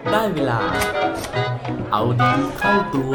ได้เวลาเอาดีเข้าตัว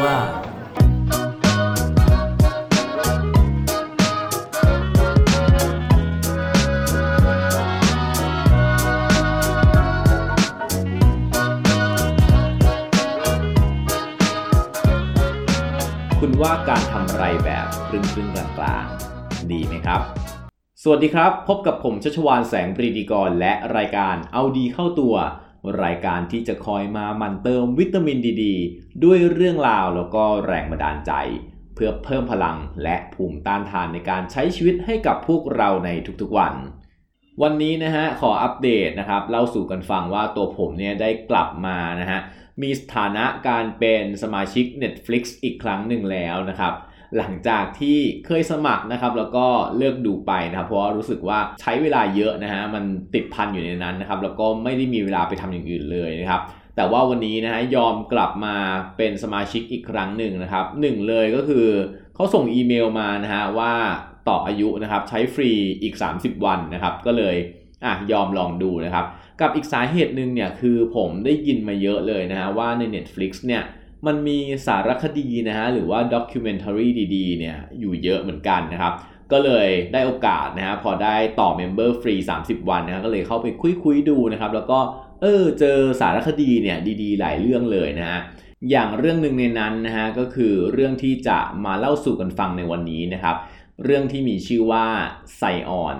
คุณว่าการทำอะไรแบบครึ่งๆกลางๆดีไหมครับสวัสดีครับพบกับผมชัชวาลแสงปรีดีกรและรายการเอาดีเข้าตัวรายการที่จะคอยมาหมั่นเติมวิตามินดีด้วยเรื่องราวแล้วก็แรงบันดาลใจเพื่อเพิ่มพลังและภูมิต้านทานในการใช้ชีวิตให้กับพวกเราในทุกๆวันนี้นะฮะขออัปเดตนะครับเล่าสู่กันฟังว่าตัวผมเนี่ยได้กลับมานะฮะมีสถานะการเป็นสมาชิก Netflix อีกครั้งหนึ่งแล้วนะครับหลังจากที่เคยสมัครนะครับแล้วก็เลิกดูไปนะครับเพราะรู้สึกว่าใช้เวลาเยอะนะฮะมันติดพันอยู่ในนั้นนะครับแล้วก็ไม่ได้มีเวลาไปทำอย่างอื่นเลยนะครับแต่ว่าวันนี้นะฮะยอมกลับมาเป็นสมาชิกอีกครั้งหนึ่งนะครับหนึ่งเลยก็คือเขาส่งอีเมลมานะฮะว่าต่ออายุนะครับใช้ฟรีอีก30วันนะครับก็เลยยอมลองดูนะครับกับอีกสาเหตุหนึ่งเนี่ยคือผมได้ยินมาเยอะเลยนะฮะว่าใน Netflix เนี่ยมันมีสารคดีนะฮะหรือว่าด็อกิวเมนทารีดีๆเนี่ยอยู่เยอะเหมือนกันนะครับก็เลยได้โอกาสนะฮะพอได้ต่อเมมเบอร์ฟรี30วันนะฮะก็เลยเข้าไปคุยดูนะครับแล้วก็เจอสารคดีเนี่ยดีๆหลายเรื่องเลยนะฮะอย่างเรื่องนึงในนั้นนะฮะก็คือเรื่องที่จะมาเล่าสู่กันฟังในวันนี้นะครับเรื่องที่มีชื่อว่า Zion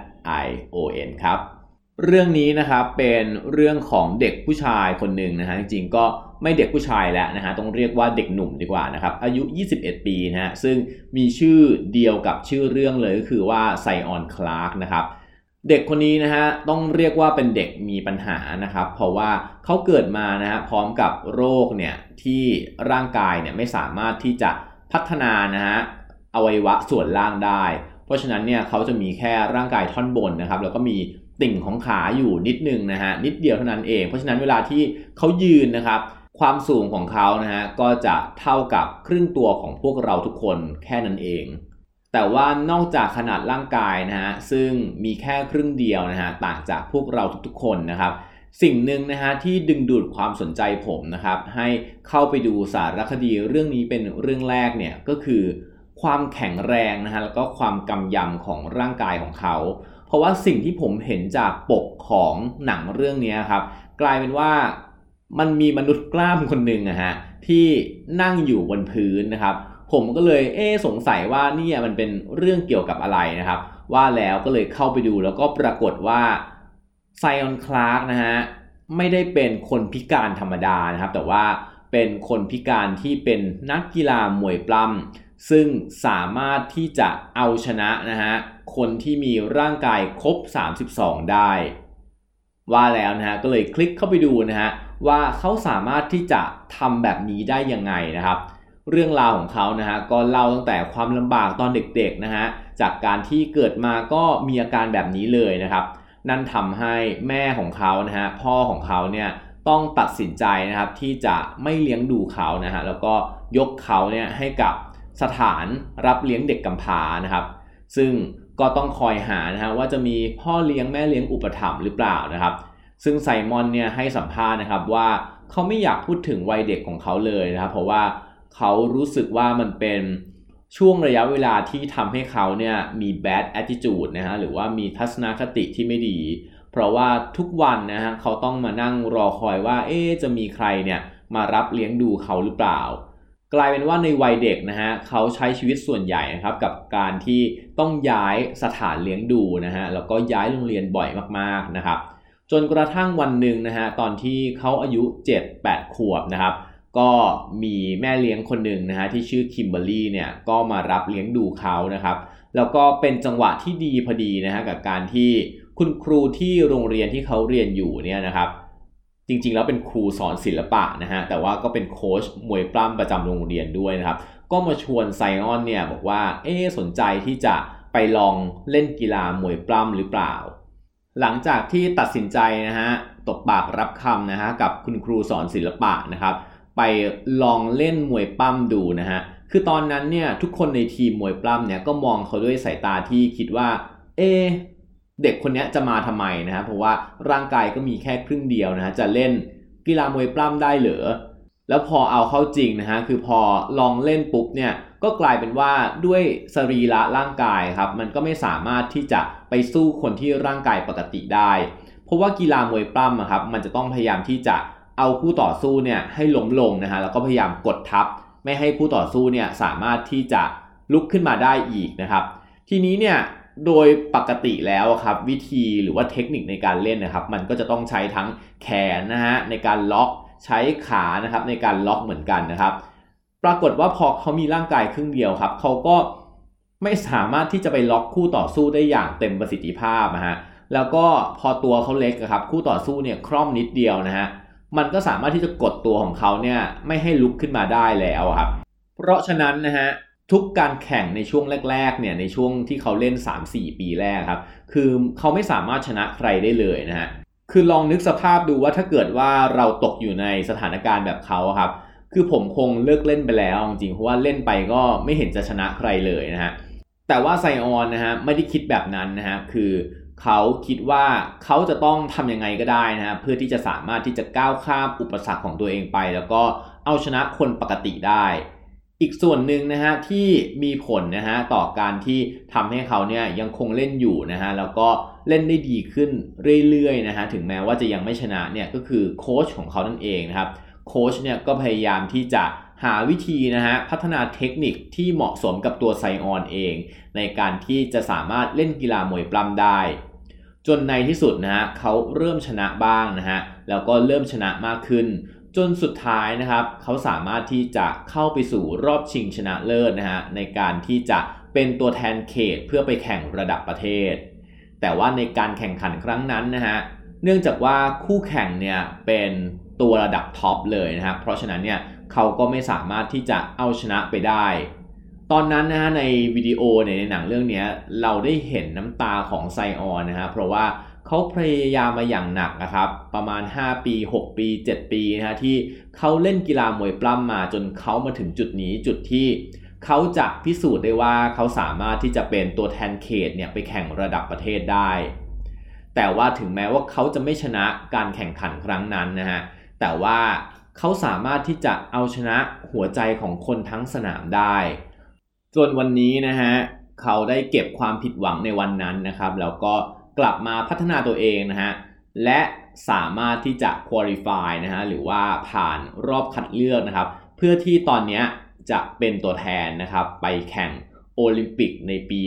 Z-I-O-N ครับเรื่องนี้นะครับเป็นเรื่องของเด็กผู้ชายคนหนึ่งนะฮะจริงๆก็ไม่เด็กผู้ชายแล้วนะฮะต้องเรียกว่าเด็กหนุ่มดีกว่านะครับอายุ21ปีนะฮะซึ่งมีชื่อเดียวกับชื่อเรื่องเลยก็คือว่าไซออนคลาร์กนะครับเด็กคนนี้นะฮะต้องเรียกว่าเป็นเด็กมีปัญหานะครับเพราะว่าเขาเกิดมานะฮะพร้อมกับโรคเนี่ยที่ร่างกายเนี่ยไม่สามารถที่จะพัฒนานะฮะอวัยวะส่วนล่างได้เพราะฉะนั้นเนี่ยเขาจะมีแค่ร่างกายท่อนบนนะครับแล้วก็มีติ่งของขาอยู่นิดนึงนะฮะนิดเดียวเท่านั้นเองเพราะฉะนั้นเวลาที่เขายืนนะครับความสูงของเขานะฮะก็จะเท่ากับครึ่งตัวของพวกเราทุกคนแค่นั้นเองแต่ว่านอกจากขนาดร่างกายนะฮะซึ่งมีแค่ครึ่งเดียวนะฮะต่างจากพวกเราทุกๆคนนะครับสิ่งหนึ่งนะฮะที่ดึงดูดความสนใจผมนะครับให้เข้าไปดูสารคดีเรื่องนี้เป็นเรื่องแรกเนี่ยก็คือความแข็งแรงนะฮะแล้วก็ความกำยำของร่างกายของเขาเพราะว่าสิ่งที่ผมเห็นจากปกของหนังเรื่องนี้ครับกลายเป็นว่ามันมีมนุษย์กล้ามคนหนึ่งนะฮะที่นั่งอยู่บนพื้นนะครับผมก็เลยสงสัยว่านี่มันเป็นเรื่องเกี่ยวกับอะไรนะครับว่าแล้วก็เลยเข้าไปดูแล้วก็ปรากฏว่าไซออนคลาร์กนะฮะไม่ได้เป็นคนพิการธรรมดานะครับแต่ว่าเป็นคนพิการที่เป็นนักกีฬามวยปล้ำซึ่งสามารถที่จะเอาชนะนะฮะคนที่มีร่างกายครบ32ได้ว่าแล้วนะฮะก็เลยคลิกเข้าไปดูนะฮะว่าเขาสามารถที่จะทำแบบนี้ได้ยังไงนะครับเรื่องราวของเขานะฮะก็เล่าตั้งแต่ความลำบากตอนเด็กๆนะฮะจากการที่เกิดมาก็มีอาการแบบนี้เลยนะครับนั่นทำให้แม่ของเขานะฮะพ่อของเขาเนี่ยต้องตัดสินใจนะครับที่จะไม่เลี้ยงดูเขานะฮะแล้วก็ยกเขาเนี่ยให้กับสถานรับเลี้ยงเด็กกำพร้านะครับซึ่งก็ต้องคอยหานะฮะว่าจะมีพ่อเลี้ยงแม่เลี้ยงอุปถัมภ์หรือเปล่านะครับซึ่งไซมอนเนี่ยให้สัมภาษณ์นะครับว่าเขาไม่อยากพูดถึงวัยเด็กของเขาเลยนะครับเพราะว่าเขารู้สึกว่ามันเป็นช่วงระยะเวลาที่ทำให้เขาเนี่ยมี bad attitude นะฮะหรือว่ามีทัศนคติที่ไม่ดีเพราะว่าทุกวันนะฮะเขาต้องมานั่งรอคอยว่าจะมีใครเนี่ยมารับเลี้ยงดูเขาหรือเปล่ากลายเป็นว่าในวัยเด็กนะฮะเขาใช้ชีวิตส่วนใหญ่นะครับกับการที่ต้องย้ายสถานเลี้ยงดูนะฮะแล้วก็ย้ายโรงเรียนบ่อยมากๆนะครับจนกระทั่งวันหนึ่งนะฮะตอนที่เขาอายุ 7-8 ขวบนะครับก็มีแม่เลี้ยงคนหนึ่งนะฮะที่ชื่อคิมเบอร์รี่เนี่ยก็มารับเลี้ยงดูเขานะครับแล้วก็เป็นจังหวะที่ดีพอดีนะฮะกับการที่คุณครูที่โรงเรียนที่เขาเรียนอยู่เนี่ยนะครับจริงๆแล้วเป็นครูสอนศิลปะนะฮะแต่ว่าก็เป็นโค้ชมวยปล้ำประจำโรงเรียนด้วยนะครับก็มาชวนไซออนเนี่ยบอกว่าสนใจที่จะไปลองเล่นกีฬามวยปล้ำหรือเปล่าหลังจากที่ตัดสินใจนะฮะตกปากรับคำนะฮะกับคุณครูสอนศิลปะนะครับไปลองเล่นมวยปล้ำดูนะฮะคือตอนนั้นเนี่ยทุกคนในทีมมวยปล้ำเนี่ยก็มองเขาด้วยสายตาที่คิดว่าเด็กคนนี้จะมาทำไมนะฮะเพราะว่าร่างกายก็มีแค่ครึ่งเดียวนะฮะจะเล่นกีฬามวยปล้ำได้เหรอแล้วพอเอาเข้าจริงนะฮะคือพอลองเล่นปุ๊บเนี่ยก็กลายเป็นว่าด้วยสรีระร่างกายครับมันก็ไม่สามารถที่จะไปสู้คนที่ร่างกายปกติได้เพราะว่ากีฬามวยปล้ำครับมันจะต้องพยายามที่จะเอาคู่ต่อสู้เนี่ยให้ล้มลงนะฮะแล้วก็พยายามกดทับไม่ให้คู่ต่อสู้เนี่ยสามารถที่จะลุกขึ้นมาได้อีกนะครับทีนี้เนี่ยโดยปกติแล้วครับวิธีหรือว่าเทคนิคในการเล่นนะครับมันก็จะต้องใช้ทั้งแขนนะฮะในการล็อกใช้ขานะครับในการล็อกเหมือนกันนะครับปรากฏว่าพอเขามีร่างกายครึ่งเดียวครับเขาก็ไม่สามารถที่จะไปล็อกคู่ต่อสู้ได้อย่างเต็มประสิทธิภาพนะฮะแล้วก็พอตัวเขาเล็กครับคู่ต่อสู้เนี่ยคล่อมนิดเดียวนะฮะมันก็สามารถที่จะกดตัวของเขาเนี่ยไม่ให้ลุกขึ้นมาได้แล้วครับเพราะฉะนั้นนะฮะทุกการแข่งในช่วงแรกๆเนี่ยในช่วงที่เขาเล่น 3-4 ปีแรกครับคือเขาไม่สามารถชนะใครได้เลยนะฮะคือลองนึกสภาพดูว่าถ้าเกิดว่าเราตกอยู่ในสถานการณ์แบบเขาครับคือผมคงเลิกเล่นไปแล้วจริงๆเพราะว่าเล่นไปก็ไม่เห็นจะชนะใครเลยนะฮะแต่ว่าไซออนนะฮะไม่ได้คิดแบบนั้นนะฮะคือเขาคิดว่าเขาจะต้องทำยังไงก็ได้นะฮะเพื่อที่จะสามารถที่จะก้าวข้ามอุปสรรคของตัวเองไปแล้วก็เอาชนะคนปกติได้อีกส่วนหนึ่งนะฮะที่มีผลนะฮะต่อการที่ทำให้เขาเนี่ยยังคงเล่นอยู่นะฮะแล้วก็เล่นได้ดีขึ้นเรื่อยๆนะฮะถึงแม้ว่าจะยังไม่ชนะเนี่ยก็คือโค้ชของเขานั่นเองนะครับโค้ชเนี่ยก็พยายามที่จะหาวิธีนะฮะพัฒนาเทคนิคที่เหมาะสมกับตัวไซออนเองในการที่จะสามารถเล่นกีฬามวยปล้ำได้จนในที่สุดนะฮะเขาเริ่มชนะบ้างนะฮะแล้วก็เริ่มชนะมากขึ้นจนสุดท้ายนะครับเขาสามารถที่จะเข้าไปสู่รอบชิงชนะเลิศนะฮะในการที่จะเป็นตัวแทนเขตเพื่อไปแข่งระดับประเทศแต่ว่าในการแข่งขันครั้งนั้นนะฮะเนื่องจากว่าคู่แข่งเนี่ยเป็นตัวระดับท็อปเลยนะครับเพราะฉะนั้นเนี่ยเขาก็ไม่สามารถที่จะเอาชนะไปได้ตอนนั้นนะฮะในวิดีโอในหนังเรื่องนี้เราได้เห็นน้ำตาของไซออนนะฮะเพราะว่าเขาพยายามมาอย่างหนักนะครับประมาณ5ปี6ปี7ปีนะฮะที่เขาเล่นกีฬามวยปล้ำมาจนเขามาถึงจุดนี้จุดที่เขาจะพิสูจน์ได้ว่าเขาสามารถที่จะเป็นตัวแทนเขตเนี่ยไปแข่งระดับประเทศได้แต่ว่าถึงแม้ว่าเขาจะไม่ชนะการแข่งขันครั้งนั้นนะฮะแต่ว่าเขาสามารถที่จะเอาชนะหัวใจของคนทั้งสนามได้จนวันนี้นะฮะเขาได้เก็บความผิดหวังในวันนั้นนะครับแล้วก็กลับมาพัฒนาตัวเองนะฮะและสามารถที่จะ qualify นะฮะหรือว่าผ่านรอบคัดเลือกนะครับเพื่อที่ตอนนี้จะเป็นตัวแทนนะครับไปแข่งโอลิมปิกในปี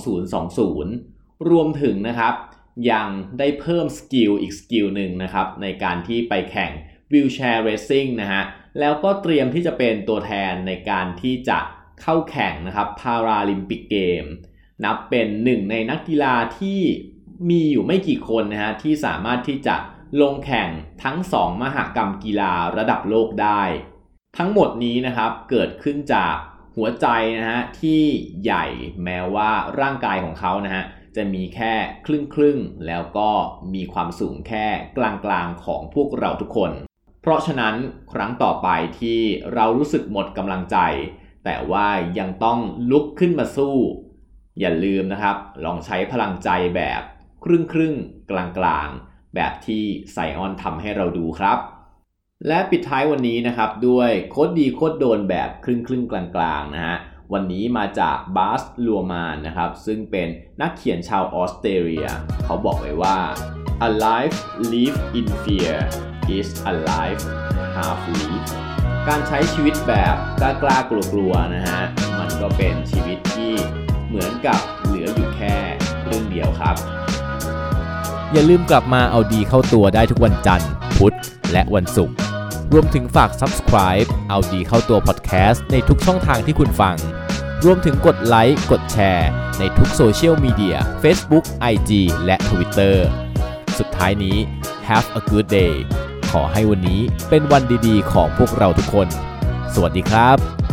2020 รวมถึงนะครับยังได้เพิ่มสกิลอีกสกิลหนึ่งนะครับในการที่ไปแข่งวีลแชร์เรซซิ่งนะฮะแล้วก็เตรียมที่จะเป็นตัวแทนในการที่จะเข้าแข่งนะครับพาราลิมปิกเกมนับเป็นหนึ่งในนักกีฬาที่มีอยู่ไม่กี่คนนะฮะที่สามารถที่จะลงแข่งทั้ง2มหกรรมกีฬาระดับโลกได้ทั้งหมดนี้นะครับเกิดขึ้นจากหัวใจนะฮะที่ใหญ่แม้ว่าร่างกายของเขานะฮะจะมีแค่ครึ่งแล้วก็มีความสูงแค่กลางๆของพวกเราทุกคนเพราะฉะนั้นครั้งต่อไปที่เรารู้สึกหมดกำลังใจแต่ว่ายังต้องลุกขึ้นมาสู้อย่าลืมนะครับลองใช้พลังใจแบบครึ่งกลางแบบที่ไซออนทำให้เราดูครับและปิดท้ายวันนี้นะครับด้วยโค้ดดีโค้ดโดนแบบครึ่งกลางนะฮะวันนี้มาจากบาสลัวมานนะครับซึ่งเป็นนักเขียนชาวออสเตรเลียเขาบอกไว้ว่า A life lived in fear is a life half lived การใช้ชีวิตแบบกล้ากลัวๆนะฮะมันก็เป็นชีวิตที่เหมือนกับเหลืออยู่แค่ครึ่งเดียวครับอย่าลืมกลับมาเอาดีเข้าตัวได้ทุกวันจันทร์พุธและวันศุกร์รวมถึงฝาก Subscribe เอาดีเข้าตัว Podcast ในทุกช่องทางที่คุณฟังรวมถึงกดไลค์กดแชร์ในทุกโซเชียลมีเดีย Facebook IG และ Twitter สุดท้ายนี้ Have a good day ขอให้วันนี้เป็นวันดีๆของพวกเราทุกคนสวัสดีครับ